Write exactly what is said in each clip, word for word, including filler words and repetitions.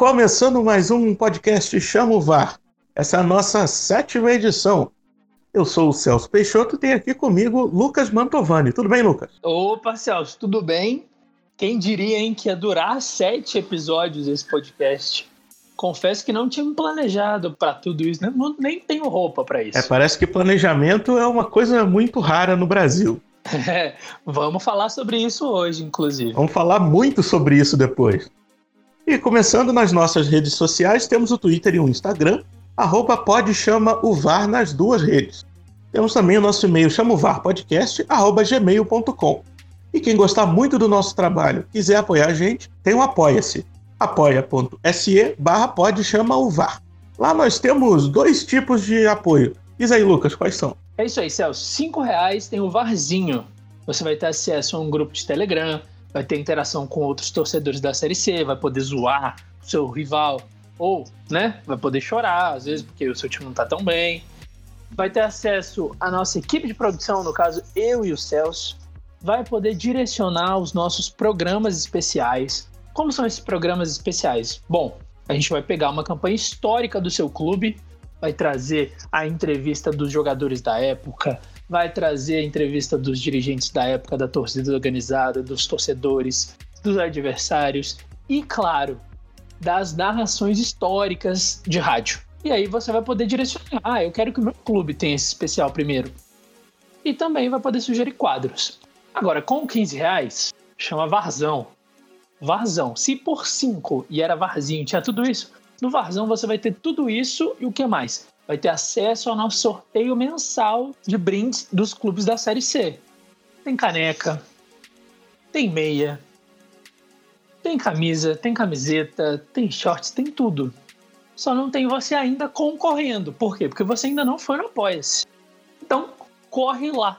Começando mais um podcast Chama o V A R. Essa é a nossa sétima edição. Eu sou o Celso Peixoto e tenho aqui comigo Lucas Mantovani. Tudo bem, Lucas? Opa, Celso, tudo bem? Quem diria, hein, que ia durar sete episódios esse podcast. Confesso que não tinha planejado para tudo isso, né? Não, nem tenho roupa para isso. É, parece que planejamento é uma coisa muito rara no Brasil. É, vamos falar sobre isso hoje, inclusive. Vamos falar muito sobre isso depois. E começando nas nossas redes sociais, temos o Twitter e o Instagram, arroba podchamaovar nas duas redes. Temos também o nosso e-mail chamovarpodcast, arroba gmail ponto com. E quem gostar muito do nosso trabalho, quiser apoiar a gente, tem o Apoia-se, apoia.se barra podchamaovar. Lá nós temos dois tipos de apoio. Diz aí, Lucas, quais são? É isso aí, Celso. Cinco reais tem o VARzinho. Você vai ter acesso a um grupo de Telegram, vai ter interação com outros torcedores da Série C, vai poder zoar o seu rival, ou, né, vai poder chorar, às vezes, porque o seu time não tá tão bem. Vai ter acesso à nossa equipe de produção, no caso, eu e o Celso. Vai poder direcionar os nossos programas especiais. Como são esses programas especiais? Bom, a gente vai pegar uma campanha histórica do seu clube, vai trazer a entrevista dos jogadores da época, vai trazer a entrevista dos dirigentes da época, da torcida organizada, dos torcedores, dos adversários e, claro, das narrações históricas de rádio. E aí você vai poder direcionar, ah, eu quero que o meu clube tenha esse especial primeiro. E também vai poder sugerir quadros. Agora, com quinze reais, chama Varzão. Varzão. Se por cinco e era Varzinho, tinha tudo isso, no Varzão você vai ter tudo isso e o que mais? Vai ter acesso ao nosso sorteio mensal de brindes dos clubes da Série C. Tem caneca, tem meia, tem camisa, tem camiseta, tem shorts, tem tudo. Só não tem você ainda concorrendo. Por quê? Porque você ainda não foi no Apoia-se. Então, corre lá.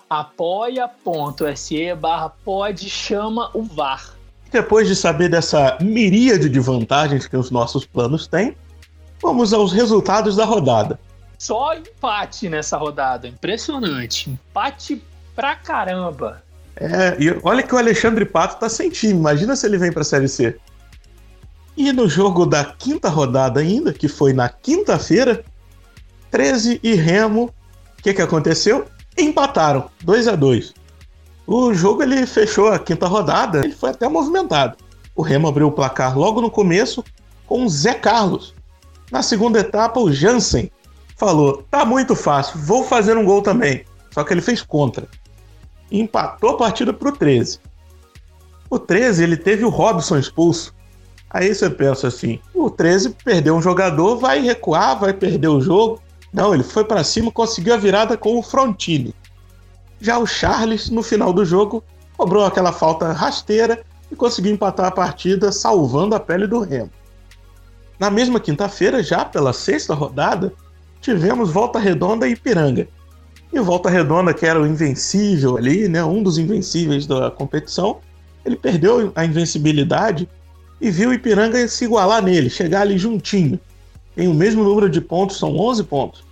apoia.se barra pod chama o V A R. Depois de saber dessa miríade de vantagens que os nossos planos têm, vamos aos resultados da rodada. Só empate nessa rodada. Impressionante. Empate pra caramba. É, e olha que o Alexandre Pato tá sem time. Imagina se ele vem pra Série C. E no jogo da quinta rodada ainda, que foi na quinta-feira, treze e Remo, o que que aconteceu? Empataram, dois a dois. O jogo ele fechou a quinta rodada, ele foi até movimentado. O Remo abriu o placar logo no começo com o Zé Carlos. Na segunda etapa, o Jansen falou, tá muito fácil, vou fazer um gol também. Só que ele fez contra. E empatou a partida pro treze. O treze, ele teve o Robson expulso. Aí você pensa assim, o treze perdeu um jogador, vai recuar, vai perder o jogo. Não, ele foi pra cima e conseguiu a virada com o Frontini. Já o Charles, no final do jogo, cobrou aquela falta rasteira e conseguiu empatar a partida, salvando a pele do Remo. Na mesma quinta-feira, já pela sexta rodada, tivemos Volta Redonda e Ipiranga. E o Volta Redonda, que era o invencível ali, né, um dos invencíveis da competição, ele perdeu a invencibilidade e viu o Ipiranga se igualar nele, chegar ali juntinho. Tem o mesmo número de pontos, são onze pontos.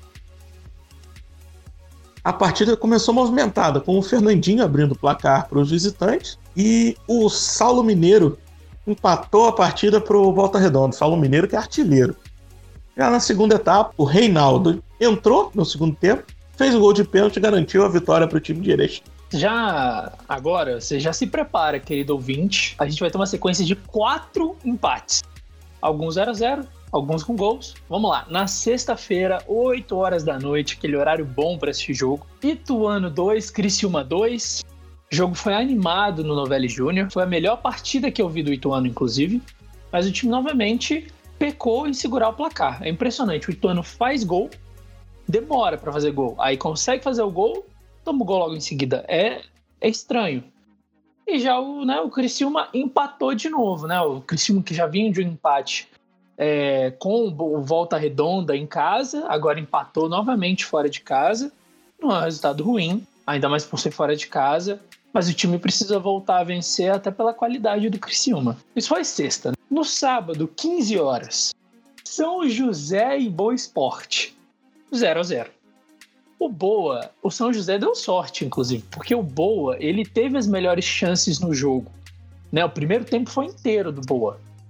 A partida começou movimentada, com o Fernandinho abrindo o placar para os visitantes e o Saulo Mineiro empatou a partida para o Volta Redonda. Saulo Mineiro, que é artilheiro. Já na segunda etapa, o Reinaldo entrou no segundo tempo, fez o gol de pênalti e garantiu a vitória para o time de Erechim. Já agora, você já se prepara, querido ouvinte. A gente vai ter uma sequência de quatro empates. Alguns zero a zero, alguns com gols. Vamos lá. Na sexta-feira, oito horas da noite, aquele horário bom para assistir jogo. Ituano dois, Criciúma dois. O jogo foi animado no Novelli Júnior. Foi a melhor partida que eu vi do Ituano, inclusive. Mas o time novamente pecou em segurar o placar. É impressionante. O Ituano faz gol, demora para fazer gol. Aí consegue fazer o gol, toma o gol logo em seguida. É, é estranho. E já o, né, o Criciúma empatou de novo. Né? O Criciúma que já vinha de um empate é, com o Volta Redonda em casa, agora empatou novamente fora de casa. Não é um resultado ruim, ainda mais por ser fora de casa. Mas o time precisa voltar a vencer até pela qualidade do Criciúma. Isso foi sexta. Né? No sábado, quinze horas, São José e Boa Esporte. zero a zero. O Boa, o São José deu sorte, inclusive, porque o Boa, ele teve as melhores chances no jogo. Né? O primeiro tempo foi inteiro do Boa.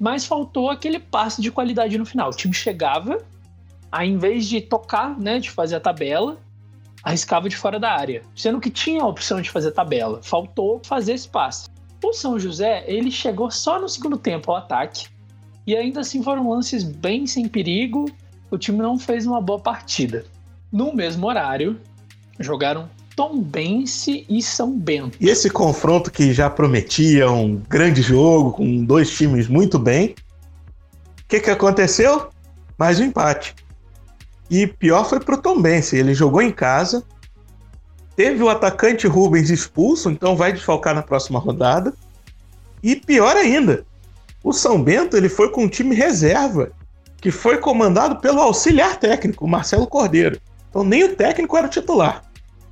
mas faltou aquele passe de qualidade no final. O time chegava, aí em vez de tocar, né, de fazer a tabela, arriscava de fora da área, sendo que tinha a opção de fazer tabela. Faltou fazer esse passe. O São José, ele chegou só no segundo tempo ao ataque, e ainda assim foram lances bem sem perigo. O time não fez uma boa partida. No mesmo horário, jogaram Tombense e São Bento. E esse confronto que já prometia um grande jogo, com dois times muito bem, o que, que aconteceu? Mais um empate. E pior foi pro Tombense, ele jogou em casa, teve o atacante Rubens expulso, então vai desfalcar na próxima rodada. E pior ainda, o São Bento ele foi com um time reserva, que foi comandado pelo auxiliar técnico, Marcelo Cordeiro. Então nem o técnico era o titular.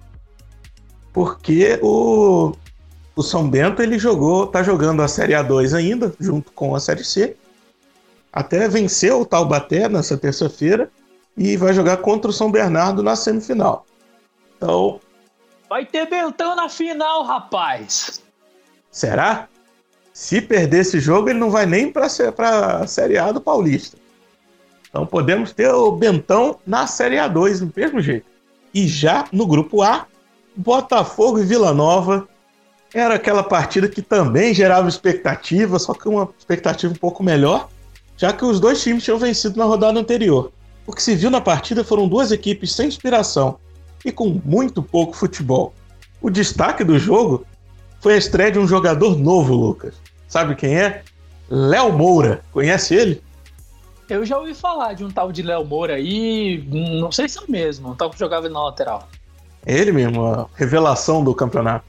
Porque o, o São Bento ele jogou, tá jogando a Série A dois ainda, junto com a Série C. Até venceu o Taubaté nessa terça-feira e vai jogar contra o São Bernardo na semifinal. Então... vai ter Bentão na final, rapaz! Será? Se perder esse jogo, ele não vai nem para a Série A do Paulista. Então podemos ter o Bentão na Série A dois, do mesmo jeito. E já no Grupo A, Botafogo e Vila Nova era aquela partida que também gerava expectativa, só que uma expectativa um pouco melhor, já que os dois times tinham vencido na rodada anterior. O que se viu na partida foram duas equipes sem inspiração e com muito pouco futebol. O destaque do jogo foi a estreia de um jogador novo, Lucas. Sabe quem é? Léo Moura. Conhece ele? Eu já ouvi falar de um tal de Léo Moura aí, não sei se é o mesmo, um tal que jogava na lateral. É ele mesmo, a revelação do campeonato.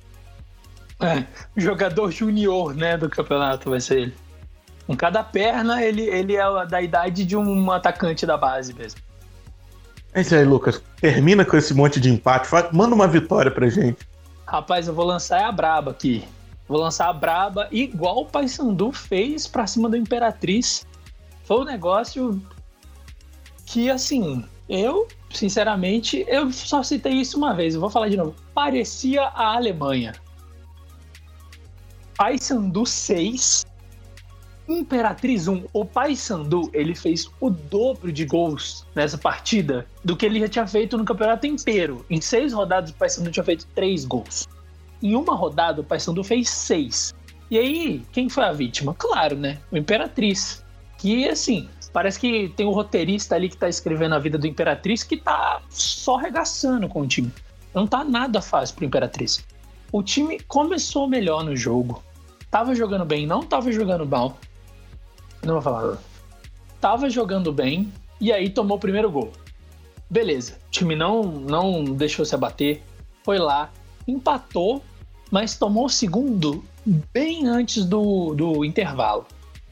É, jogador junior, né, do campeonato vai ser ele. Com cada perna, ele, ele é da idade de um atacante da base mesmo. É isso aí, Lucas. Termina com esse monte de empate. Manda uma vitória pra gente. Rapaz, eu vou lançar a braba aqui. Vou lançar a braba igual o Paysandu fez pra cima do Imperatriz. Foi um negócio que, assim, eu, sinceramente, eu só citei isso uma vez. Eu vou falar de novo. Parecia a Alemanha. Paysandu seis, Imperatriz um. O Paysandu, ele fez o dobro de gols nessa partida do que ele já tinha feito no campeonato inteiro. Em seis rodadas, o Paysandu tinha feito três gols. Em uma rodada, o Paysandu fez seis. E aí, quem foi a vítima? Claro, né? O Imperatriz. Que, assim, parece que tem um roteirista ali que tá escrevendo a vida do Imperatriz que tá só regaçando com o time. Não tá nada fácil pro Imperatriz. O time começou melhor no jogo. Tava jogando bem, não tava jogando mal. Não vou falar. Tava jogando bem e aí tomou o primeiro gol. Beleza. O time não, não deixou se abater. Foi lá, empatou, mas tomou o segundo bem antes do, do intervalo.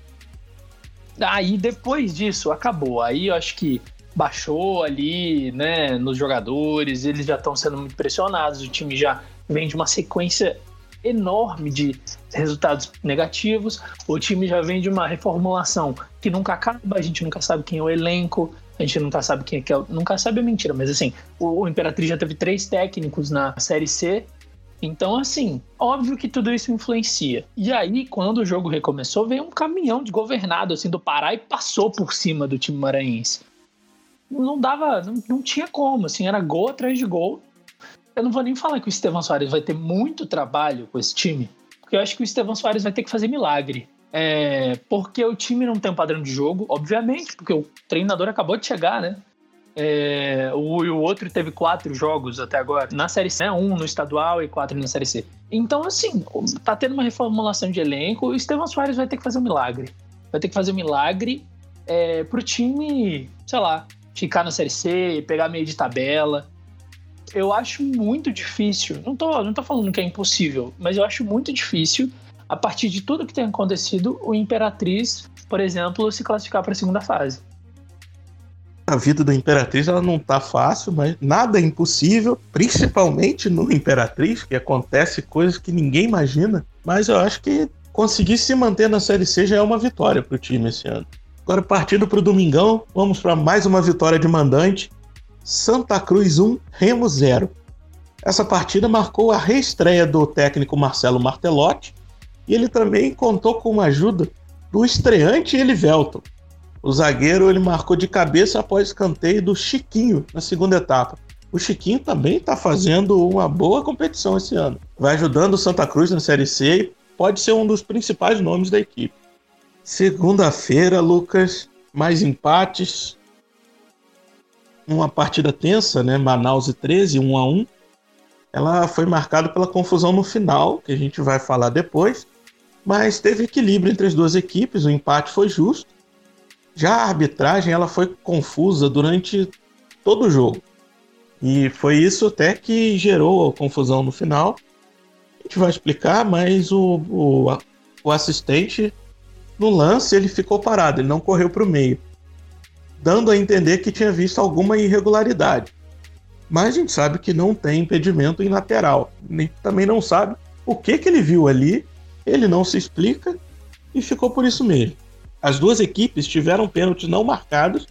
Aí depois disso acabou. Aí eu acho que baixou ali, né, nos jogadores. Eles já estão sendo muito pressionados. O time já vem de uma sequência enorme de resultados negativos. O time já vem de uma reformulação que nunca acaba. A gente nunca sabe quem é o elenco. A gente nunca sabe quem é que é. Nunca sabe é mentira, mas assim, o, o Imperatriz já teve três técnicos na Série C. Então, assim, óbvio que tudo isso influencia. E aí, quando o jogo recomeçou, veio um caminhão desgovernado, assim, do Pará e passou por cima do time maranhense. Não dava, não, não tinha como, assim, era gol atrás de gol. Eu não vou nem falar que o Estevão Soares vai ter muito trabalho com esse time, porque eu acho que o Estevão Soares vai ter que fazer milagre. É, porque o time não tem um padrão de jogo, obviamente, porque o treinador acabou de chegar, né? É, o, o outro teve quatro jogos até agora na Série C, né? Um no estadual e quatro na Série C. Então, assim, tá tendo uma reformulação de elenco. O Estevão Soares vai ter que fazer um milagre. Vai ter que fazer um milagre é, pro time, sei lá, ficar na Série C, pegar meio de tabela. Eu acho muito difícil, não tô, não tô falando que é impossível, mas eu acho muito difícil, a partir de tudo que tem acontecido, o Imperatriz, por exemplo, se classificar para a segunda fase. A vida da Imperatriz ela não tá fácil, mas nada é impossível, principalmente no Imperatriz, que acontece coisas que ninguém imagina, mas eu acho que conseguir se manter na Série C já é uma vitória pro time esse ano. Agora, partindo pro domingão, vamos para mais uma vitória de mandante. Santa Cruz um, Remo zero. Essa partida marcou a reestreia do técnico Marcelo Martelotti e ele também contou com uma ajuda do estreante Elivelton. O zagueiro ele marcou de cabeça após escanteio do Chiquinho na segunda etapa. O Chiquinho também está fazendo uma boa competição esse ano. Vai ajudando o Santa Cruz na Série C e pode ser um dos principais nomes da equipe. Segunda-feira, Lucas, mais empates. Uma partida tensa, né? Manaus e treze, um a um. Ela foi marcada pela confusão no final, que a gente vai falar depois. Mas teve equilíbrio entre as duas equipes, o empate foi justo. Já a arbitragem ela foi confusa durante todo o jogo. E foi isso até que gerou a confusão no final. A gente vai explicar, mas o, o, o assistente, no lance, ele ficou parado, ele não correu para o meio, dando a entender que tinha visto alguma irregularidade. Mas a gente sabe que não tem impedimento em lateral. Nem, também não sabe o que, que ele viu ali. Ele não se explica e ficou por isso mesmo. As duas equipes tiveram pênaltis não marcados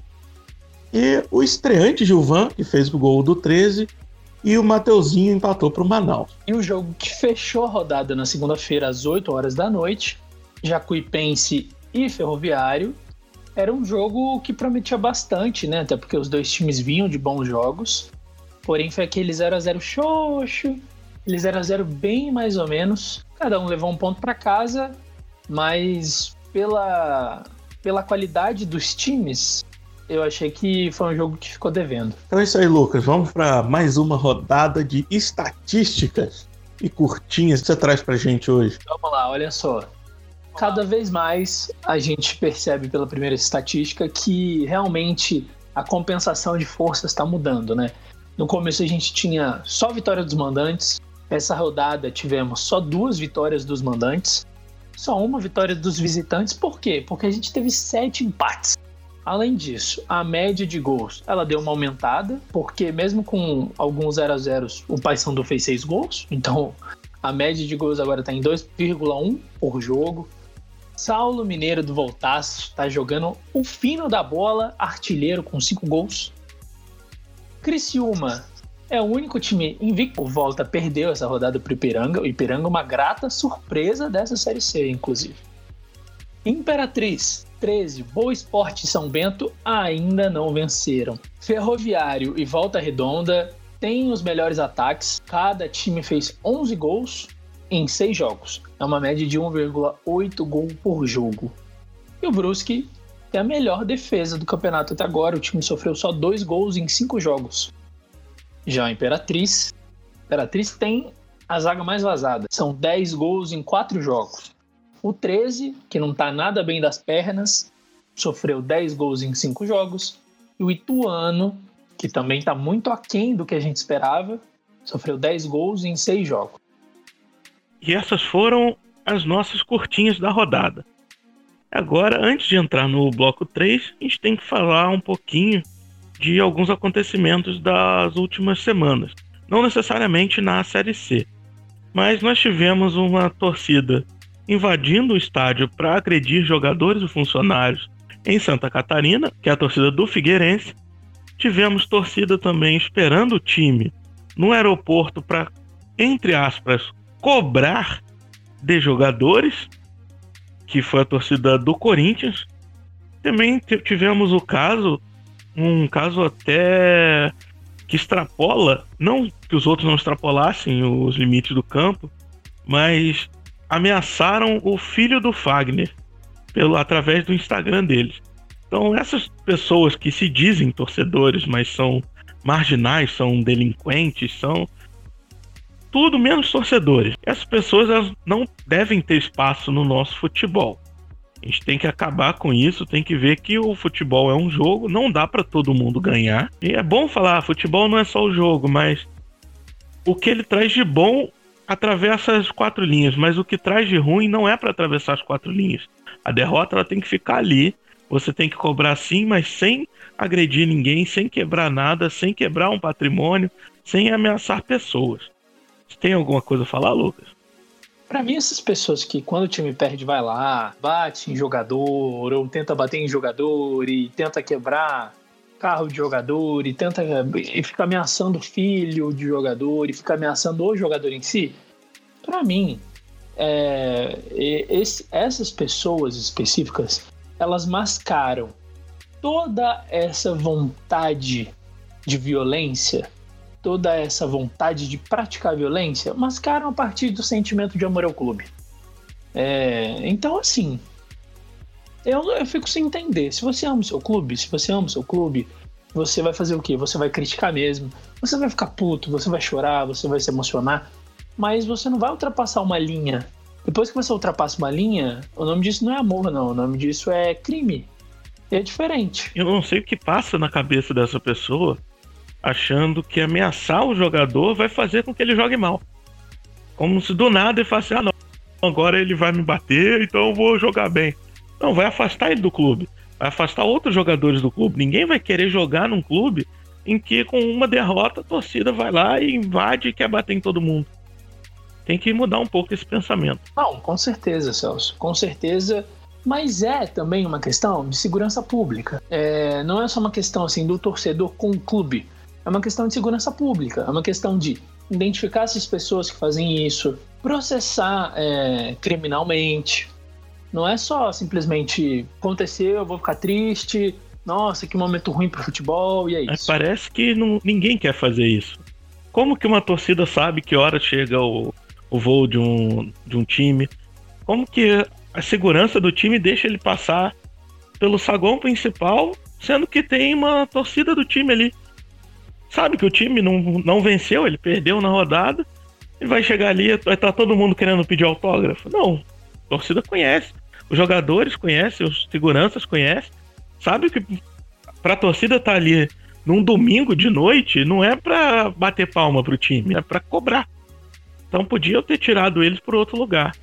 e o estreante Gilvan, que fez o gol do treze, e o Mateuzinho empatou para o Manaus. E o jogo que fechou a rodada na segunda-feira às oito horas da noite, Jacuipense e Ferroviário, era um jogo que prometia bastante, né? Até porque os dois times vinham de bons jogos, porém foi aquele zero a zero xoxo, aquele zero a zero bem mais ou menos. Cada um levou um ponto para casa, mas pela, pela qualidade dos times, eu achei que foi um jogo que ficou devendo. Então é isso aí, Lucas. Vamos para mais uma rodada de estatísticas e curtinhas que você traz pra gente hoje. Vamos lá, olha só. Cada vez mais a gente percebe pela primeira estatística que realmente a compensação de forças está mudando, né? No começo a gente tinha só vitória dos mandantes. Essa rodada tivemos só duas vitórias dos mandantes, só uma vitória dos visitantes. Por quê? Porque a gente teve sete empates. Além disso, a média de gols ela deu uma aumentada, porque mesmo com alguns zero a zero, o Paysandu fez seis gols. Então, a média de gols agora está em dois vírgula um por jogo. Saulo Mineiro do Voltaço está jogando o fino da bola, artilheiro com cinco gols. Criciúma é o único time invicto. O Volta perdeu essa rodada para o Ipiranga. O Ipiranga é uma grata surpresa dessa Série C, inclusive. Imperatriz, treze, Boa Esporte e São Bento ainda não venceram. Ferroviário e Volta Redonda têm os melhores ataques. Cada time fez onze gols em seis jogos. É uma média de um vírgula oito gol por jogo. E o Brusque é a melhor defesa do campeonato até agora. O time sofreu só dois gols em cinco jogos. Já a Imperatriz, a Imperatriz tem a zaga mais vazada. São dez gols em quatro jogos. O treze, que não está nada bem das pernas, sofreu dez gols em cinco jogos. E o Ituano, que também está muito aquém do que a gente esperava, sofreu dez gols em seis jogos. E essas foram as nossas curtinhas da rodada. Agora, antes de entrar no bloco três, a gente tem que falar um pouquinho de alguns acontecimentos das últimas semanas. Não necessariamente na Série C, mas nós tivemos uma torcida invadindo o estádio para agredir jogadores e funcionários em Santa Catarina, que é a torcida do Figueirense. Tivemos torcida também esperando o time no aeroporto para, entre aspas, cobrar de jogadores, que foi a torcida do Corinthians. Também tivemos o caso, um caso até que extrapola, não que os outros não extrapolassem os limites do campo, mas ameaçaram o filho do Fagner pelo, através do Instagram deles. Então essas pessoas que se dizem torcedores, mas são marginais, são delinquentes, são tudo menos torcedores. Essas pessoas elas não devem ter espaço no nosso futebol. A gente tem que acabar com isso, tem que ver que o futebol é um jogo, não dá para todo mundo ganhar. E é bom falar, futebol não é só o jogo, mas o que ele traz de bom atravessa as quatro linhas, mas o que traz de ruim não é para atravessar as quatro linhas. A derrota ela tem que ficar ali, você tem que cobrar sim, mas sem agredir ninguém, sem quebrar nada, sem quebrar um patrimônio, sem ameaçar pessoas. Você tem alguma coisa a falar, Lucas? Pra mim, essas pessoas que quando o time perde vai lá, bate em jogador, ou tenta bater em jogador, e tenta quebrar carro de jogador, e tenta e fica ameaçando o filho de jogador, e fica ameaçando o jogador em si, pra mim, é, esse, essas pessoas específicas, elas mascaram toda essa vontade de violência, toda essa vontade de praticar violência, mascaram a partir do sentimento de amor ao clube. É, então, assim, eu, eu fico sem entender. Se você ama o seu clube, se você ama o seu clube, você vai fazer o quê? Você vai criticar mesmo, você vai ficar puto, você vai chorar, você vai se emocionar, mas você não vai ultrapassar uma linha. Depois que você ultrapassa uma linha, o nome disso não é amor, não. O nome disso é crime. É diferente. Eu não sei o que passa na cabeça dessa pessoa, achando que ameaçar o jogador vai fazer com que ele jogue mal. Como se do nada ele falasse, ah não, agora ele vai me bater, então eu vou jogar bem. Não, vai afastar ele do clube. Vai afastar outros jogadores do clube. Ninguém vai querer jogar num clube em que com uma derrota a torcida vai lá e invade e quer bater em todo mundo. Tem que mudar um pouco esse pensamento. Não, com certeza, Celso. Com certeza. Mas é também uma questão de segurança pública. É, não é só uma questão assim, do torcedor com o clube. É uma questão de segurança pública. É uma questão de identificar essas pessoas que fazem isso, processar é, criminalmente. Não é só simplesmente aconteceu, eu vou ficar triste, nossa, que momento ruim pro futebol, e é isso. É, parece que não, ninguém quer fazer isso. Como que uma torcida sabe que hora chega o, o voo de um, de um time? Como que a segurança do time deixa ele passar pelo saguão principal, sendo que tem uma torcida do time ali? Sabe que o time não, não venceu, ele perdeu na rodada, e vai chegar ali, vai estar todo mundo querendo pedir autógrafo? Não, a torcida conhece, os jogadores conhecem, os seguranças conhecem, sabe que pra torcida estar ali num domingo de noite, não é pra bater palma pro time, é pra cobrar. Então podia ter tirado eles por outro lugar.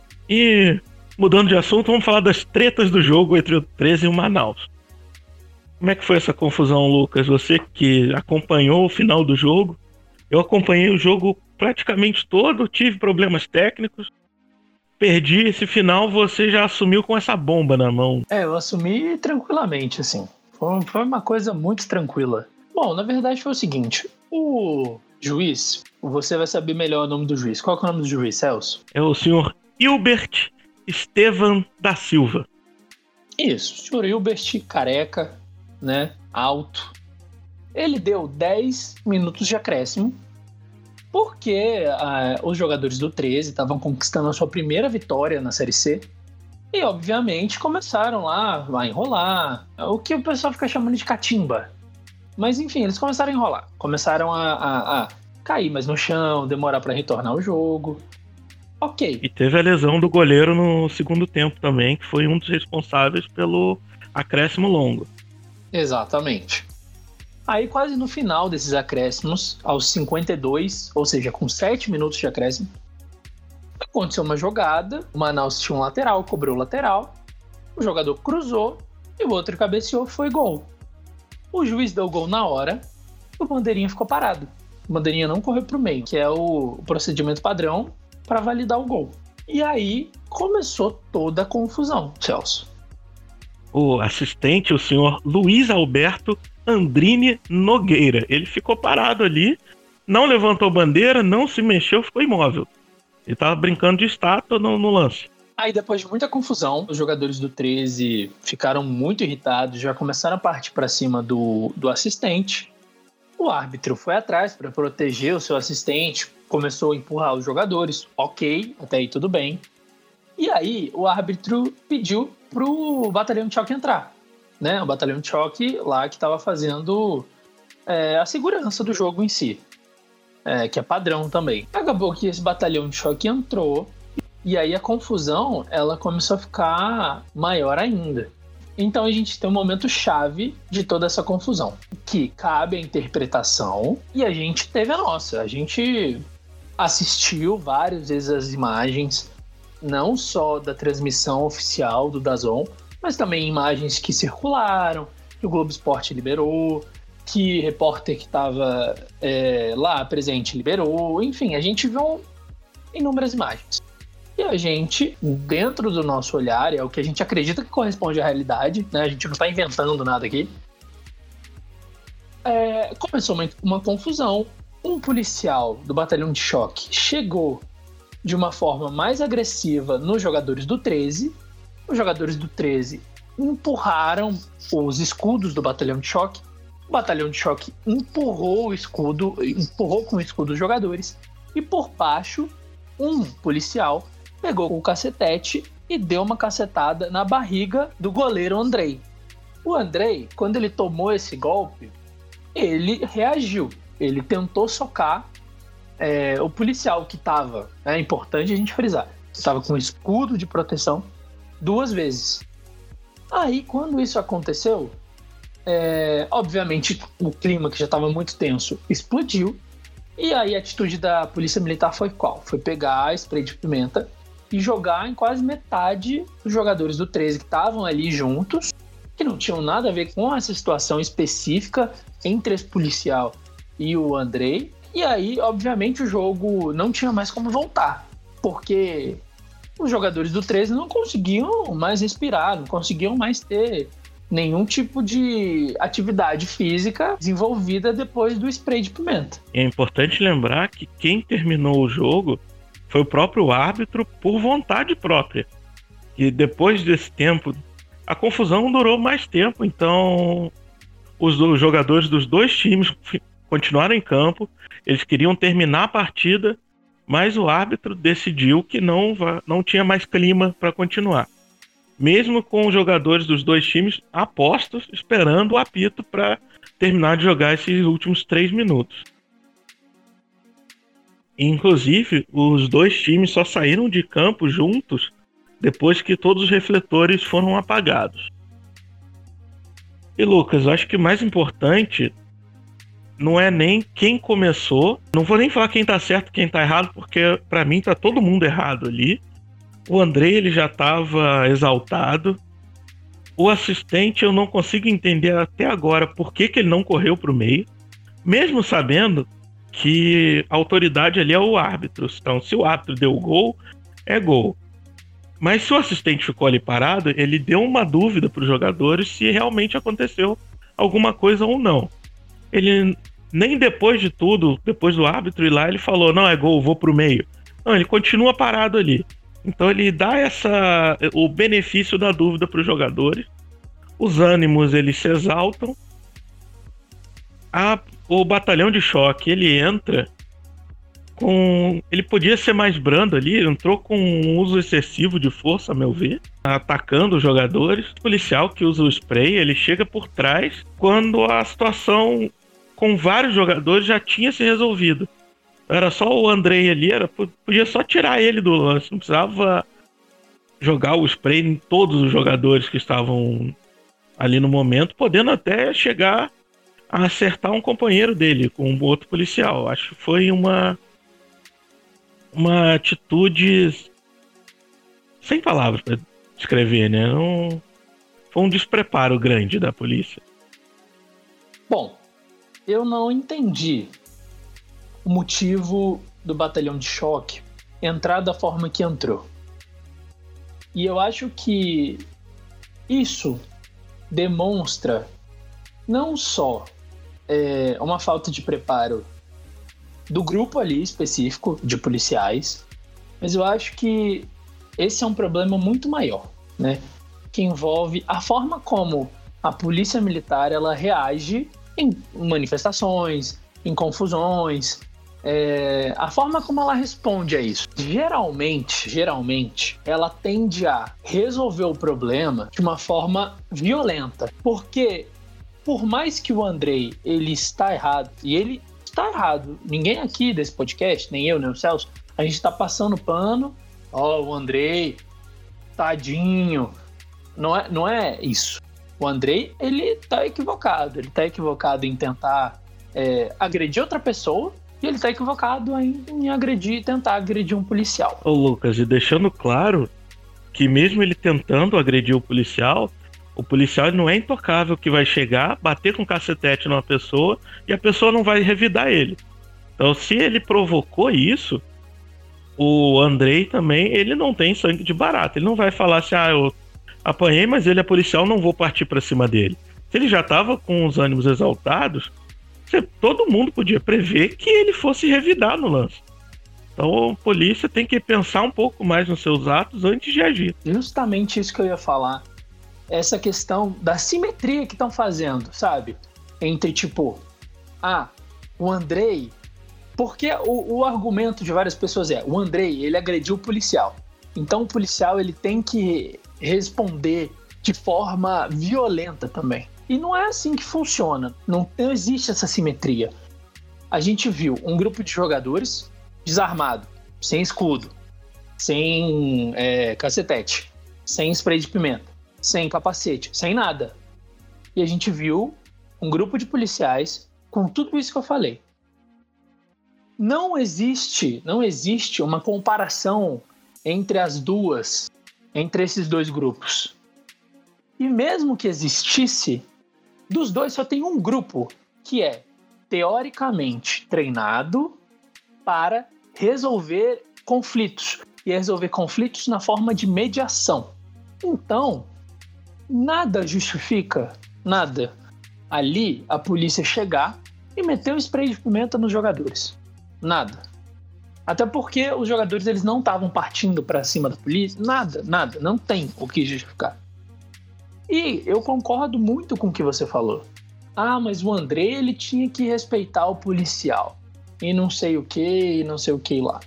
E mudando de assunto, vamos falar das tretas do jogo entre o treze e o Manaus. Como é que foi essa confusão, Lucas? Você que acompanhou o final do jogo. Eu acompanhei o jogo praticamente todo, tive problemas técnicos. Perdi esse final, você já assumiu com essa bomba na mão. É, eu assumi tranquilamente, assim. Foi, foi uma coisa muito tranquila. Bom, na verdade foi o seguinte. O juiz, você vai saber melhor o nome do juiz. Qual é o nome do juiz, Celso? É o senhor Hilbert Estevam da Silva. Isso, o senhor Hilbert, careca, né, alto. Ele deu dez minutos de acréscimo, porque uh, os jogadores do treze estavam conquistando a sua primeira vitória na Série C, e obviamente começaram lá a enrolar, o que o pessoal fica chamando de catimba. Mas enfim, eles começaram a enrolar, começaram a, a, a cair mais no chão, demorar para retornar ao jogo. Ok. E teve a lesão do goleiro no segundo tempo também, que foi um dos responsáveis pelo acréscimo longo. Exatamente. Aí quase no final desses acréscimos, aos cinquenta e dois, ou seja, com sete minutos de acréscimo, aconteceu uma jogada, o Manaus tinha um lateral, cobrou o lateral, o jogador cruzou e o outro cabeceou, foi gol. O juiz deu gol na hora, o bandeirinha ficou parado. O bandeirinha não correu pro meio, que é o procedimento padrão para validar o gol. E aí começou toda a confusão, Celso. O assistente, o senhor Luiz Alberto Andrini Nogueira, ele ficou parado ali, não levantou bandeira, não se mexeu, ficou imóvel. Ele tava brincando de estátua no, no lance. Aí depois de muita confusão, os jogadores do treze ficaram muito irritados, já começaram a partir para cima do, do assistente. O árbitro foi atrás para proteger o seu assistente, começou a empurrar os jogadores, ok, até aí tudo bem. E aí o árbitro pediu pro batalhão de choque entrar, né? O batalhão de choque lá que estava fazendo é, a segurança do jogo em si, é, que é padrão também. Acabou que esse batalhão de choque entrou e aí a confusão ela começou a ficar maior ainda. Então a gente tem um momento chave de toda essa confusão, que cabe a interpretação, e a gente teve a nossa. A gente assistiu várias vezes as imagens, não só da transmissão oficial do DAZN, mas também imagens que circularam, que o Globo Esporte liberou, que repórter que estava é, lá presente liberou. Enfim, a gente viu inúmeras imagens. E a gente, dentro do nosso olhar, é o que a gente acredita que corresponde à realidade, né? A gente não está inventando nada aqui. É, começou uma, uma confusão. Um policial do batalhão de choque chegou de uma forma mais agressiva nos jogadores do treze. Os jogadores do treze empurraram os escudos do batalhão de choque. O batalhão de choque empurrou o escudo, empurrou com o escudo os jogadores. E por baixo, um policial pegou o cacetete e deu uma cacetada na barriga do goleiro Andrei. O Andrei, quando ele tomou esse golpe, ele reagiu. Ele tentou socar é, o policial que estava, é importante a gente frisar, estava com escudo de proteção duas vezes. Aí, quando isso aconteceu, é, obviamente o clima que já estava muito tenso explodiu. E aí a atitude da polícia militar foi qual? Foi pegar spray de pimenta e jogar em quase metade dos jogadores do treze que estavam ali juntos, que não tinham nada a ver com essa situação específica entre esse policial e o Andrei. E aí, obviamente, o jogo não tinha mais como voltar, porque os jogadores do treze não conseguiam mais respirar, não conseguiam mais ter nenhum tipo de atividade física desenvolvida depois do spray de pimenta. É importante lembrar que quem terminou o jogo foi o próprio árbitro por vontade própria. E depois desse tempo, a confusão durou mais tempo, então os jogadores dos dois times continuaram em campo, eles queriam terminar a partida, mas o árbitro decidiu que não, não tinha mais clima para continuar. Mesmo com os jogadores dos dois times apostos, esperando o apito para terminar de jogar esses últimos três minutos. Inclusive, os dois times só saíram de campo juntos depois que todos os refletores foram apagados. E Lucas, eu acho que o mais importante não é nem quem começou, não vou nem falar quem tá certo e quem tá errado, porque para mim tá todo mundo errado ali. O Andrei, ele já estava exaltado. O assistente, eu não consigo entender até agora por que, que ele não correu para o meio, mesmo sabendo que a autoridade ali é o árbitro. Então, se o árbitro deu o gol, é gol. Mas se o assistente ficou ali parado, ele deu uma dúvida para os jogadores se realmente aconteceu alguma coisa ou não. Ele, nem depois de tudo, depois do árbitro ir lá, ele falou, não, é gol, vou para o meio. Não, ele continua parado ali. Então ele dá essa, o benefício da dúvida para os jogadores. Os ânimos, eles se exaltam. A, o batalhão de choque, ele entra com... Ele podia ser mais brando ali, ele entrou com um uso excessivo de força, a meu ver, atacando os jogadores. O policial que usa o spray, ele chega por trás quando a situação com vários jogadores já tinha se resolvido. Era só o Andrei ali, era, podia só tirar ele do lance, não precisava jogar o spray em todos os jogadores que estavam ali no momento, podendo até chegar a acertar um companheiro dele com um outro policial. Acho que foi uma, uma atitude sem palavras para descrever, né? Não, foi um despreparo grande da polícia. Bom, eu não entendi o motivo do batalhão de choque entrar da forma que entrou. E eu acho que isso demonstra não só é, uma falta de preparo do grupo ali específico de policiais, mas eu acho que esse é um problema muito maior, né? Que envolve a forma como a polícia militar ela reage em manifestações, em confusões, É, a forma como ela responde a isso. Geralmente, geralmente, ela tende a resolver o problema de uma forma violenta. Porque, por mais que o Andrei, ele está errado, e ele está errado, ninguém aqui desse podcast, nem eu, nem o Celso, a gente está passando pano, ó, oh, o Andrei, tadinho. Não é, não é isso. O Andrei, ele está equivocado. Ele está equivocado em tentar é, agredir outra pessoa, e ele tá equivocado em, em agredir, tentar agredir um policial. Ô Lucas, e deixando claro que mesmo ele tentando agredir o policial, o policial não é intocável que vai chegar, bater com um cacetete numa pessoa e a pessoa não vai revidar ele. Então se ele provocou isso, o Andrei também, ele não tem sangue de barata. Ele não vai falar assim, ah, eu apanhei, mas ele é policial, não vou partir pra cima dele. Se ele já tava com os ânimos exaltados, todo mundo podia prever que ele fosse revidar no lance. Então a polícia tem que pensar um pouco mais nos seus atos antes de agir. Justamente isso que eu ia falar. Essa questão da simetria que estão fazendo, sabe? Entre tipo, ah, o Andrei... Porque o, o argumento de várias pessoas é, o Andrei, ele agrediu o policial. Então o policial, ele tem que responder de forma violenta também. E não é assim que funciona. Não, não existe essa simetria. A gente viu um grupo de jogadores desarmado, sem escudo, sem é, cacetete, sem spray de pimenta, sem capacete, sem nada. E a gente viu um grupo de policiais com tudo isso que eu falei. Não existe, não existe uma comparação entre as duas, entre esses dois grupos. E mesmo que existisse, dos dois só tem um grupo que é teoricamente treinado para resolver conflitos. E resolver conflitos na forma de mediação. Então, nada justifica, nada, ali a polícia chegar e meter o spray de pimenta nos jogadores. Nada. Até porque os jogadores eles não estavam partindo para cima da polícia. Nada, nada. Não tem o que justificar. E eu concordo muito com o que você falou. Ah, mas o André ele tinha que respeitar o policial. E não sei o que, e não sei o que lá.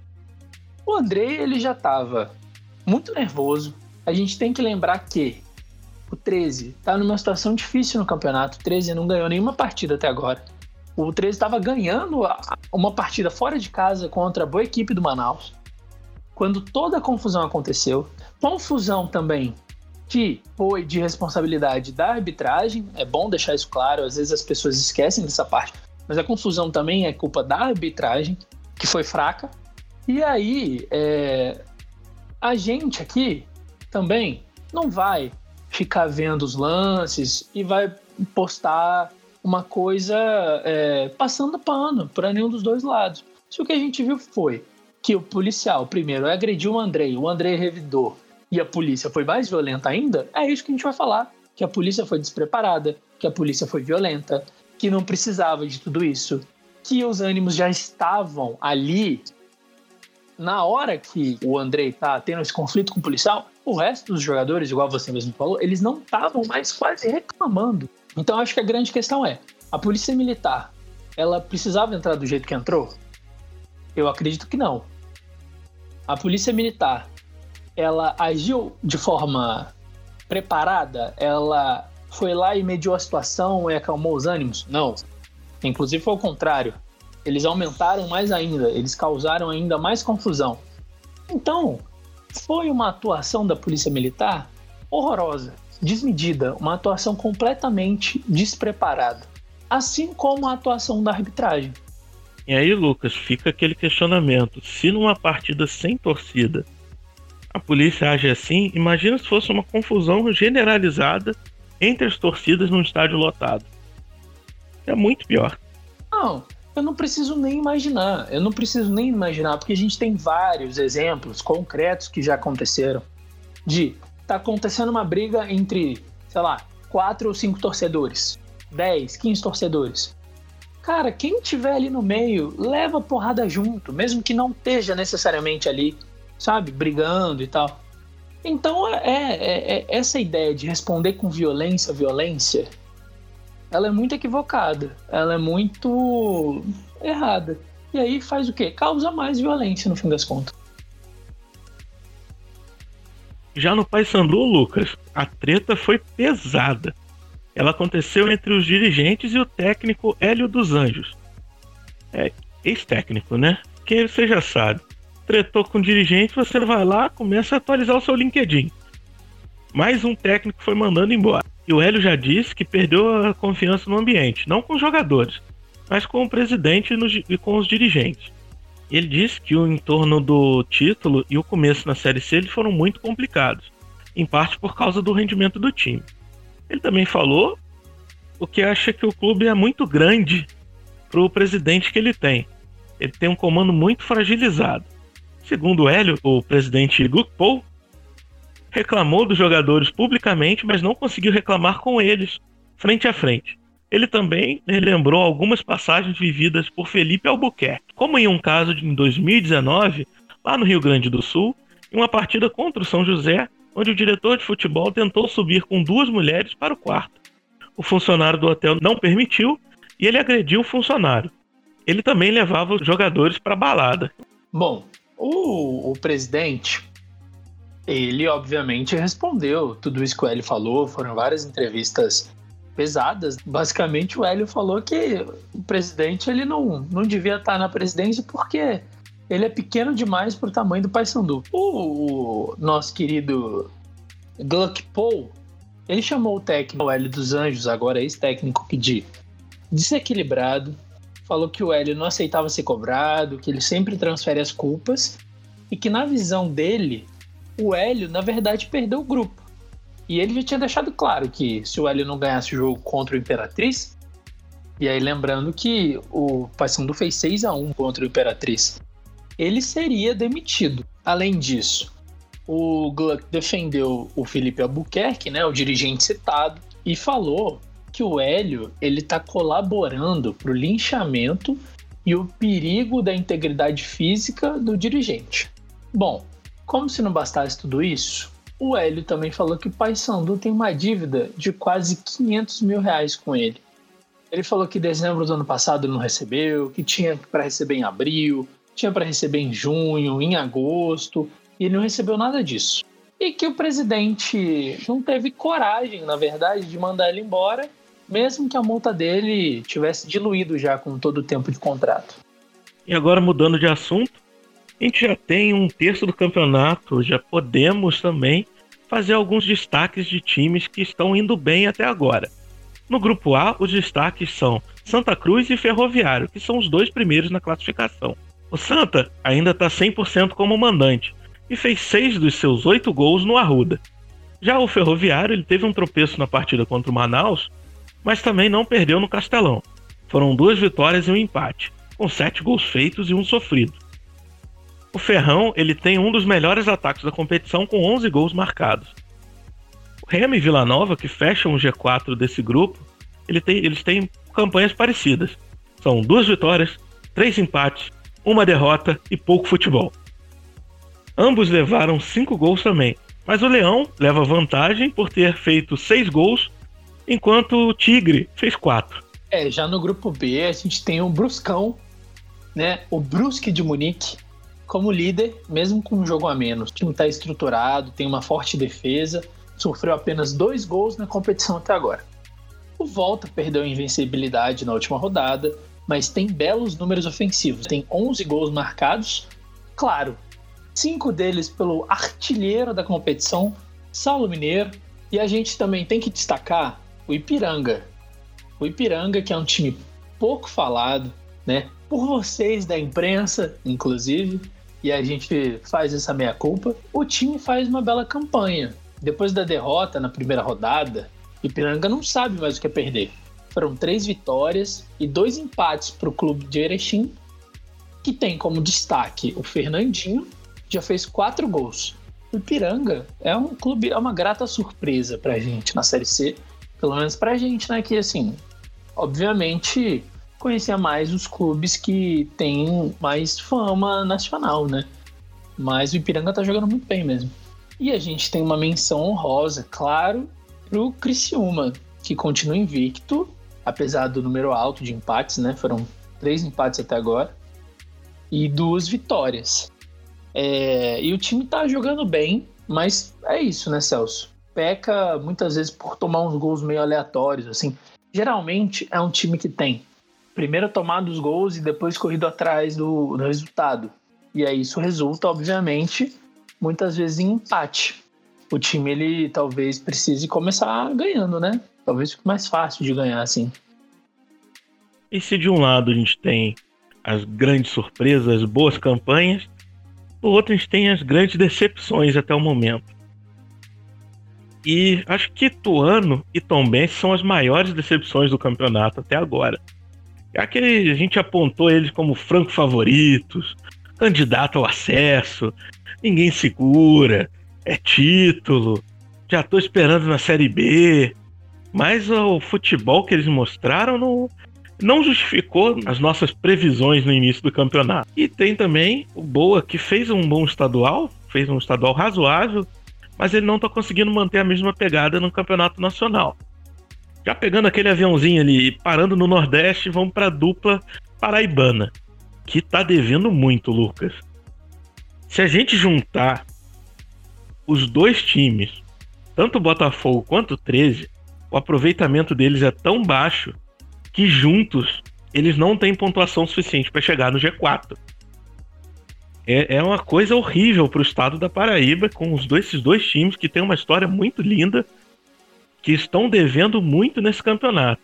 O André ele já estava muito nervoso. A gente tem que lembrar que o treze está numa situação difícil no campeonato. O treze não ganhou nenhuma partida até agora. O treze estava ganhando uma partida fora de casa contra a boa equipe do Manaus. Quando toda a confusão aconteceu. Confusão também que foi de responsabilidade da arbitragem. É bom deixar isso claro. Às vezes as pessoas esquecem dessa parte. Mas a confusão também é culpa da arbitragem, que foi fraca. E aí, é, a gente aqui também não vai ficar vendo os lances e vai postar uma coisa é, passando pano para nenhum dos dois lados. Se o que a gente viu foi que o policial, primeiro, agrediu o Andrei, o Andrei revidou e a polícia foi mais violenta ainda, é isso que a gente vai falar. Que a polícia foi despreparada, que a polícia foi violenta, que não precisava de tudo isso, que os ânimos já estavam ali. Na hora que o Andrei tá tendo esse conflito com o policial, o resto dos jogadores, igual você mesmo falou, eles não estavam mais quase reclamando. Então acho que a grande questão é, a polícia militar, ela precisava entrar do jeito que entrou? Eu acredito que não. A polícia militar, ela agiu de forma preparada? Ela foi lá e mediou a situação e acalmou os ânimos? Não. Inclusive foi o contrário. Eles aumentaram mais ainda, eles causaram ainda mais confusão. Então, foi uma atuação da polícia militar horrorosa, desmedida, uma atuação completamente despreparada. Assim como a atuação da arbitragem. E aí, Lucas, fica aquele questionamento. Se numa partida sem torcida a polícia age assim, imagina se fosse uma confusão generalizada entre as torcidas num estádio lotado. É muito pior. Não, eu não preciso nem imaginar. Eu não preciso nem imaginar, porque a gente tem vários exemplos concretos que já aconteceram. De tá acontecendo uma briga entre, sei lá, quatro ou cinco torcedores, dez, quinze torcedores. Cara, quem tiver ali no meio, leva porrada junto, mesmo que não esteja necessariamente ali, sabe, brigando e tal. Então, é, é, é essa ideia de responder com violência, violência, ela é muito equivocada, ela é muito errada. E aí faz o quê? Causa mais violência, no fim das contas. Já no Paysandu, Lucas, a treta foi pesada. Ela aconteceu entre os dirigentes e o técnico Hélio dos Anjos. É, ex-técnico, né? Que você já sabe. Tretou com o dirigente, você vai lá, começa a atualizar o seu LinkedIn. Mais um técnico foi mandando embora. E o Hélio já disse que perdeu a confiança no ambiente, não com os jogadores, mas com o presidente e com os dirigentes. Ele disse que o entorno do título e o começo na Série C eles foram muito complicados, em parte por causa do rendimento do time. Ele também falou o que acha que o clube é muito grande para o presidente que ele tem. Ele tem um comando muito fragilizado. Segundo o Hélio, o presidente Gukpo reclamou dos jogadores publicamente, mas não conseguiu reclamar com eles frente a frente. Ele também relembrou algumas passagens vividas por Felipe Albuquerque, como em um caso de em dois mil e dezenove, lá no Rio Grande do Sul, em uma partida contra o São José, onde o diretor de futebol tentou subir com duas mulheres para o quarto. O funcionário do hotel não permitiu e ele agrediu o funcionário. Ele também levava os jogadores para a balada. Bom, o, o presidente, ele obviamente respondeu tudo isso que o Hélio falou, foram várias entrevistas pesadas. Basicamente o Hélio falou que o presidente ele não, não devia estar na presidência porque ele é pequeno demais para o tamanho do Paysandu. O, o nosso querido Gluck Paul, ele chamou o técnico, o Hélio dos Anjos, agora ex-técnico, de desequilibrado, falou que o Hélio não aceitava ser cobrado, que ele sempre transfere as culpas e que na visão dele, o Hélio, na verdade, perdeu o grupo. E ele já tinha deixado claro que se o Hélio não ganhasse o jogo contra o Imperatriz, e aí lembrando que o Paysandu fez seis a um contra o Imperatriz, ele seria demitido. Além disso, o Gluck defendeu o Felipe Albuquerque, né, o dirigente citado, e falou que o Hélio ele está colaborando para o linchamento e o perigo da integridade física do dirigente. Bom, como se não bastasse tudo isso, o Hélio também falou que o Paysandu tem uma dívida de quase quinhentos mil reais com ele. Ele falou que em dezembro do ano passado não recebeu, que tinha para receber em abril, tinha para receber em junho, em agosto, e ele não recebeu nada disso. E que o presidente não teve coragem, na verdade, de mandar ele embora, mesmo que a multa dele tivesse diluído já com todo o tempo de contrato. E agora, mudando de assunto, a gente já tem um terço do campeonato, já podemos também fazer alguns destaques de times que estão indo bem até agora. No grupo A, os destaques são Santa Cruz e Ferroviário, que são os dois primeiros na classificação. O Santa ainda está cem por cento como mandante e fez seis dos seus oito gols no Arruda. Já o Ferroviário ele teve um tropeço na partida contra o Manaus, mas também não perdeu no Castelão. Foram duas vitórias e um empate, com sete gols feitos e um sofrido. O Ferrão ele tem um dos melhores ataques da competição com onze gols marcados. O Remo e Vila Nova, que fecham o G quatro desse grupo, ele tem, eles têm campanhas parecidas. São duas vitórias, três empates, uma derrota e pouco futebol. Ambos levaram cinco gols também, mas o Leão leva vantagem por ter feito seis gols, enquanto o Tigre fez quatro. É, já no grupo B a gente tem o Bruscão, né, o Brusque de Munique, como líder, mesmo com um jogo a menos. O time está estruturado, tem uma forte defesa, sofreu apenas dois gols na competição até agora. O Volta perdeu a invencibilidade na última rodada, mas tem belos números ofensivos. Tem onze gols marcados, claro, cinco deles pelo artilheiro da competição, Saulo Mineiro, e a gente também tem que destacar o Ipiranga. O Ipiranga, que é um time pouco falado, né, por vocês da imprensa, inclusive, e a gente faz essa meia-culpa. O time faz uma bela campanha. Depois da derrota na primeira rodada, o Ipiranga não sabe mais o que é perder. Foram três vitórias e dois empates para o clube de Erechim, que tem como destaque o Fernandinho, que já fez quatro gols. O Ipiranga é um clube, é uma grata surpresa para a gente na Série C, pelo menos para a gente, né? Que, assim, obviamente, conhecia mais os clubes que têm mais fama nacional, né? Mas o Ipiranga tá jogando muito bem mesmo. E a gente tem uma menção honrosa, claro, pro Criciúma, que continua invicto, apesar do número alto de empates, né? Foram três empates até agora e duas vitórias. É... E o time tá jogando bem, mas é isso, né, Celso? Peca muitas vezes por tomar uns gols meio aleatórios, assim. Geralmente é um time que tem primeiro tomado os gols e depois corrido atrás do, do resultado. E aí isso resulta, obviamente, muitas vezes em empate. O time, ele talvez precise começar ganhando, né? Talvez fique mais fácil de ganhar, assim. E se de um lado a gente tem as grandes surpresas, as boas campanhas, do outro a gente tem as grandes decepções até o momento. E acho que Ituano e Tombense são as maiores decepções do campeonato até agora. Aquele, a gente apontou eles como franco favoritos, candidato ao acesso, ninguém segura, é título, já tô esperando na Série B. Mas o futebol que eles mostraram não, não justificou as nossas previsões no início do campeonato. E tem também o Boa, que fez um bom estadual, fez um estadual razoável, mas ele não está conseguindo manter a mesma pegada no campeonato nacional. Já pegando aquele aviãozinho ali e parando no Nordeste, vamos para a dupla paraibana, que tá devendo muito, Lucas. Se a gente juntar os dois times, tanto o Botafogo quanto o treze, o aproveitamento deles é tão baixo que juntos eles não têm pontuação suficiente para chegar no G quatro. É, é uma coisa horrível para o estado da Paraíba, com os dois, esses dois times que têm uma história muito linda, que estão devendo muito nesse campeonato.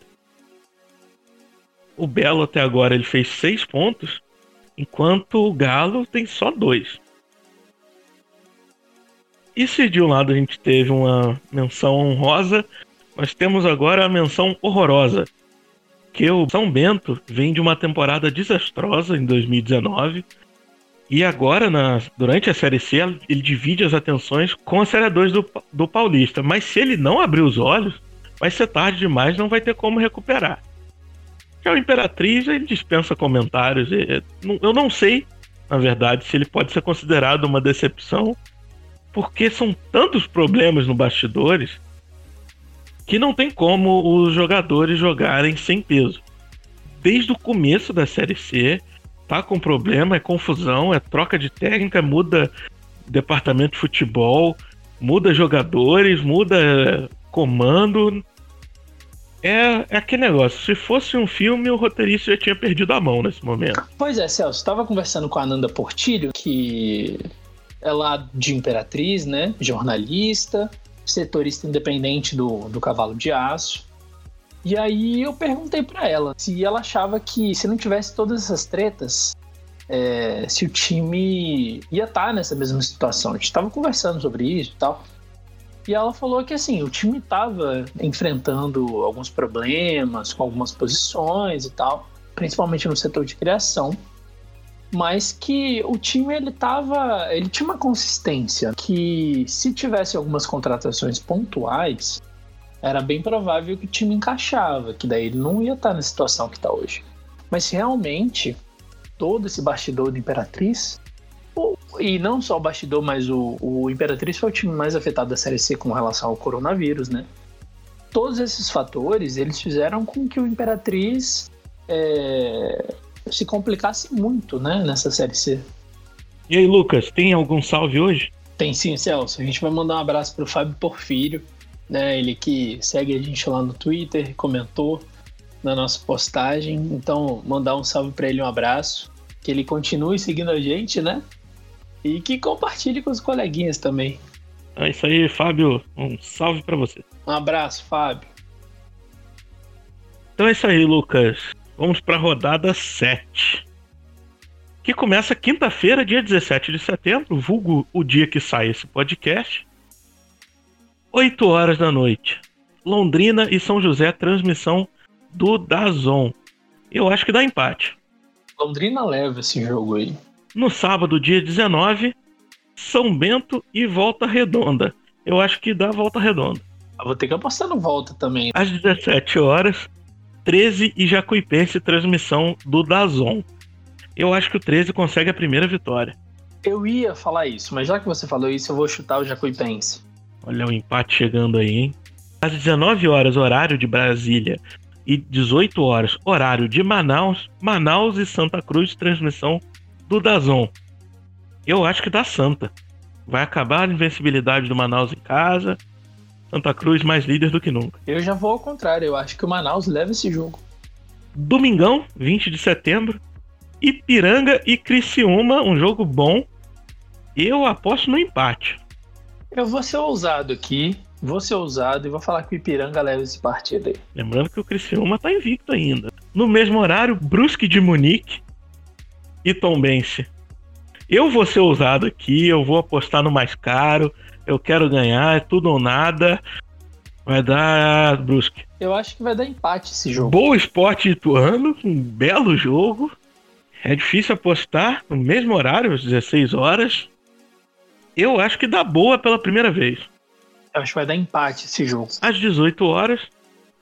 O Belo até agora ele fez seis pontos, enquanto o Galo tem só dois. E se de um lado a gente teve uma menção honrosa, nós temos agora a menção horrorosa, que o São Bento vem de uma temporada desastrosa em dois mil e dezenove, e agora, na, durante a Série C, ele divide as atenções com a Série dois do, do Paulista. Mas se ele não abrir os olhos, vai ser tarde demais, não vai ter como recuperar. Já o Imperatriz, ele dispensa comentários. Eu não sei, na verdade, se ele pode ser considerado uma decepção, porque são tantos problemas no bastidores que não tem como os jogadores jogarem sem peso. Desde o começo da Série C, tá com problema, é confusão, é troca de técnica, muda departamento de futebol, muda jogadores, muda comando. É, é aquele negócio, se fosse um filme, o roteirista já tinha perdido a mão nesse momento. Pois é, Celso, estava conversando com a Ananda Portilho, que é lá de Imperatriz, né, jornalista, setorista independente do, do Cavalo de Aço. E aí eu perguntei pra ela se ela achava que se não tivesse todas essas tretas, é, se o time ia estar nessa mesma situação. A gente tava conversando sobre isso e tal. E ela falou que assim, o time tava enfrentando alguns problemas com algumas posições e tal, principalmente no setor de criação, mas que o time ele tava, ele tinha uma consistência que se tivesse algumas contratações pontuais, era bem provável que o time encaixava, que daí ele não ia estar na situação que está hoje. Mas realmente, todo esse bastidor do Imperatriz, e não só o bastidor, mas o, o Imperatriz foi o time mais afetado da Série C com relação ao coronavírus, né? Todos esses fatores, eles fizeram com que o Imperatriz é, se complicasse muito, né, nessa Série C. E aí, Lucas, tem algum salve hoje? Tem sim, Celso. A gente vai mandar um abraço pro Fábio Porfírio, né, ele que segue a gente lá no Twitter, comentou na nossa postagem, então mandar um salve para ele, um abraço, que ele continue seguindo a gente, né, e que compartilhe com os coleguinhas também. É isso aí, Fábio, um salve para você. Um abraço, Fábio. Então é isso aí, Lucas, vamos para a rodada sete, que começa quinta-feira, dia dezessete de setembro, vulgo o dia que sai esse podcast, oito horas da noite. Londrina e São José, transmissão do DAZN. Eu acho que dá empate. Londrina leva esse jogo aí. No sábado, dia dezenove, São Bento e Volta Redonda. Eu acho que dá Volta Redonda. Eu vou ter que apostar no Volta também. Às dezessete horas, treze e Jacuipense, transmissão do DAZN. Eu acho que o treze consegue a primeira vitória. Eu ia falar isso, mas já que você falou isso, eu vou chutar o Jacuipense. Olha o empate chegando aí, hein? Às dezenove horas, horário de Brasília, e dezoito horas, horário de Manaus, Manaus e Santa Cruz, transmissão do DAZN. Eu acho que dá Santa. Vai acabar a invencibilidade do Manaus em casa, Santa Cruz mais líder do que nunca. Eu já vou ao contrário, eu acho que o Manaus leva esse jogo. Domingão, vinte de setembro, Ipiranga e Criciúma, um jogo bom. Eu aposto no empate. Eu vou ser ousado aqui, vou ser ousado e vou falar que o Ipiranga leva esse partido aí. Lembrando que o Criciúma tá invicto ainda. No mesmo horário, Brusque de Munique e Tombense. Eu vou ser ousado aqui, eu vou apostar no mais caro, eu quero ganhar, é tudo ou nada. Vai dar Brusque. Eu acho que vai dar empate esse jogo. Boa Esporte Ituano, um belo jogo. É difícil apostar no mesmo horário, às dezesseis horas. Eu acho que dá Boa pela primeira vez. Eu acho que vai dar empate esse jogo. Às dezoito horas,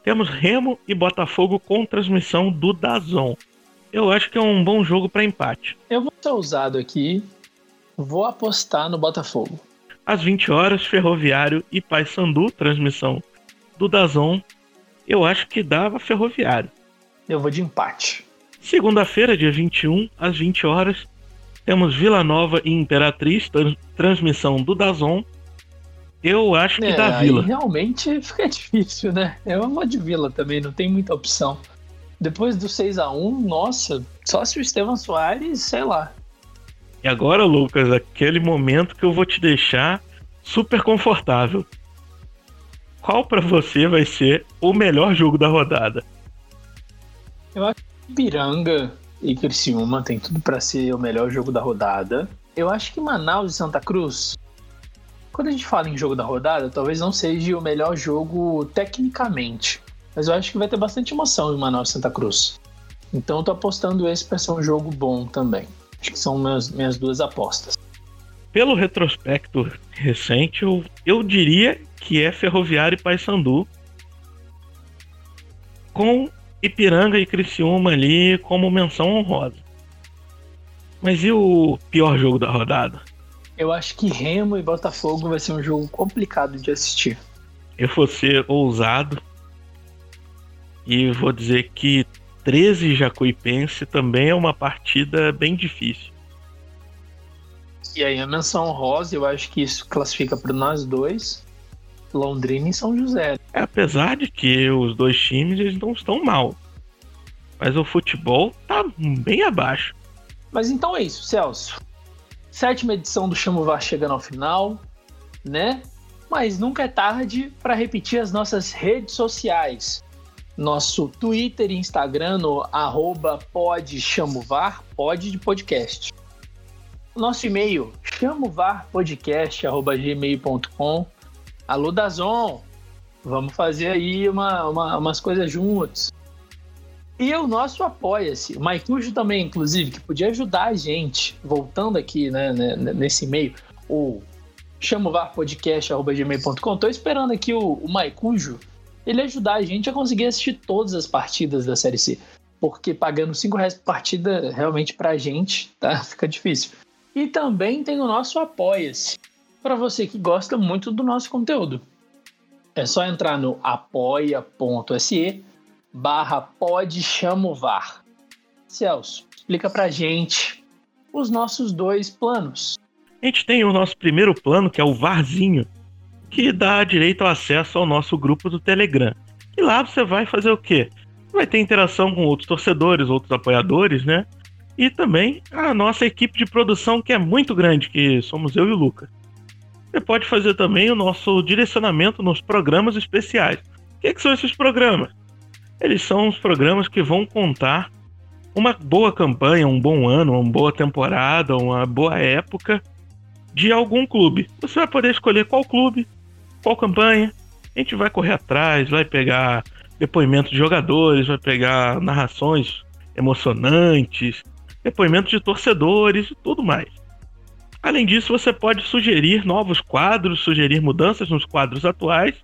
temos Remo e Botafogo com transmissão do DAZN. Eu acho que é um bom jogo para empate. Eu vou ser ousado aqui, vou apostar no Botafogo. Às vinte horas, Ferroviário e Paysandu, transmissão do DAZN. Eu acho que dava Ferroviário. Eu vou de empate. Segunda-feira, dia vinte e um, às vinte horas, temos Vila Nova e Imperatriz, trans- transmissão do DAZN. Eu acho que é, dá Vila. Aí realmente fica difícil, né? Eu vou de Vila também, não tem muita opção. Depois do seis a um, nossa, só se o Estevão Soares, sei lá. E agora, Lucas, aquele momento que eu vou te deixar super confortável. Qual pra você vai ser o melhor jogo da rodada? Eu acho que Ipiranga e Criciúma tem tudo pra ser o melhor jogo da rodada. Eu acho que Manaus e Santa Cruz, quando a gente fala em jogo da rodada, talvez não seja o melhor jogo tecnicamente, mas eu acho que vai ter bastante emoção em Manaus e Santa Cruz. Então eu tô apostando esse pra ser um jogo bom também. Acho que são minhas, minhas duas apostas. Pelo retrospecto recente, eu, eu diria que é Ferroviário e Paysandu, com Ipiranga e Criciúma ali como menção honrosa. Mas e o pior jogo da rodada? Eu acho que Remo e Botafogo vai ser um jogo complicado de assistir. Eu vou ser ousado e vou dizer que treze Jacuipense também é uma partida bem difícil. E aí a menção honrosa, eu acho que isso classifica para nós dois, Londrina e São José. É, apesar de que os dois times eles não estão mal, mas o futebol tá bem abaixo. Mas então é isso, Celso. Sétima edição do Chama o V A R chegando ao final, né? Mas nunca é tarde para repetir as nossas redes sociais. Nosso Twitter e Instagram no arroba pode chama o V A R, pode de podcast. Nosso e-mail, chamovarpodcast arroba gmail ponto com. Alô, DAZN, vamos fazer aí uma, uma, umas coisas juntos. E o nosso Apoia-se, o Maicujo também, inclusive, que podia ajudar a gente, voltando aqui, né, nesse e-mail, o chamovarpodcast arroba gmail ponto com. Tô esperando aqui o, o Maicujo, ele ajudar a gente a conseguir assistir todas as partidas da Série C, porque pagando cinco reais por partida, realmente pra gente, tá, fica difícil. E também tem o nosso Apoia-se, para você que gosta muito do nosso conteúdo. É só entrar no apoia.se barra pode chama o V A R. Celso, explica pra gente os nossos dois planos. A gente tem o nosso primeiro plano, que é o VARzinho, que dá direito ao acesso ao nosso grupo do Telegram. E lá você vai fazer o quê? Vai ter interação com outros torcedores, outros apoiadores, né? E também a nossa equipe de produção, que é muito grande, que somos eu e o Lucas. Você pode fazer também o nosso direcionamento nos programas especiais. O que, é que são esses programas? Eles são os programas que vão contar uma boa campanha, um bom ano, uma boa temporada, uma boa época de algum clube. Você vai poder escolher qual clube, qual campanha. A gente vai correr atrás, vai pegar depoimentos de jogadores, vai pegar narrações emocionantes, depoimentos de torcedores e tudo mais. Além disso, você pode sugerir novos quadros, sugerir mudanças nos quadros atuais.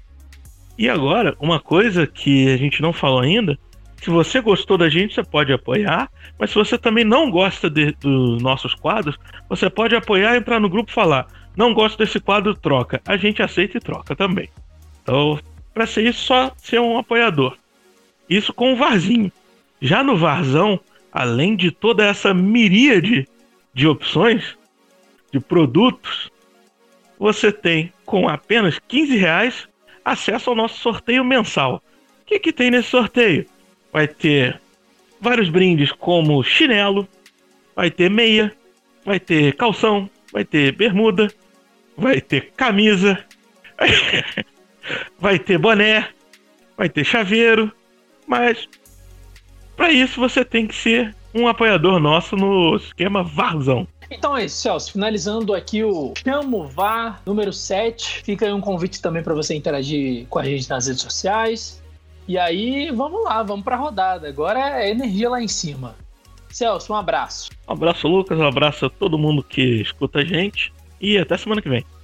E agora, uma coisa que a gente não falou ainda, se você gostou da gente, você pode apoiar, mas se você também não gosta de, dos nossos quadros, você pode apoiar, entrar no grupo e falar, não gosto desse quadro, troca. A gente aceita e troca também. Então, para ser isso, só ser um apoiador. Isso com o VARzinho. Já no VARzão, além de toda essa miríade de opções, de produtos, você tem, com apenas quinze reais, acesso ao nosso sorteio mensal. O que, que tem nesse sorteio? Vai ter vários brindes como chinelo, vai ter meia, vai ter calção, vai ter bermuda, vai ter camisa, vai ter boné, vai ter chaveiro, mas para isso você tem que ser um apoiador nosso no esquema VARzão. Então é isso, Celso. Finalizando aqui o Chama o V A R número sete. Fica aí um convite também para você interagir com a gente nas redes sociais. E aí, vamos lá, vamos para a rodada. Agora é energia lá em cima. Celso, um abraço. Um abraço, Lucas. Um abraço a todo mundo que escuta a gente. E até semana que vem.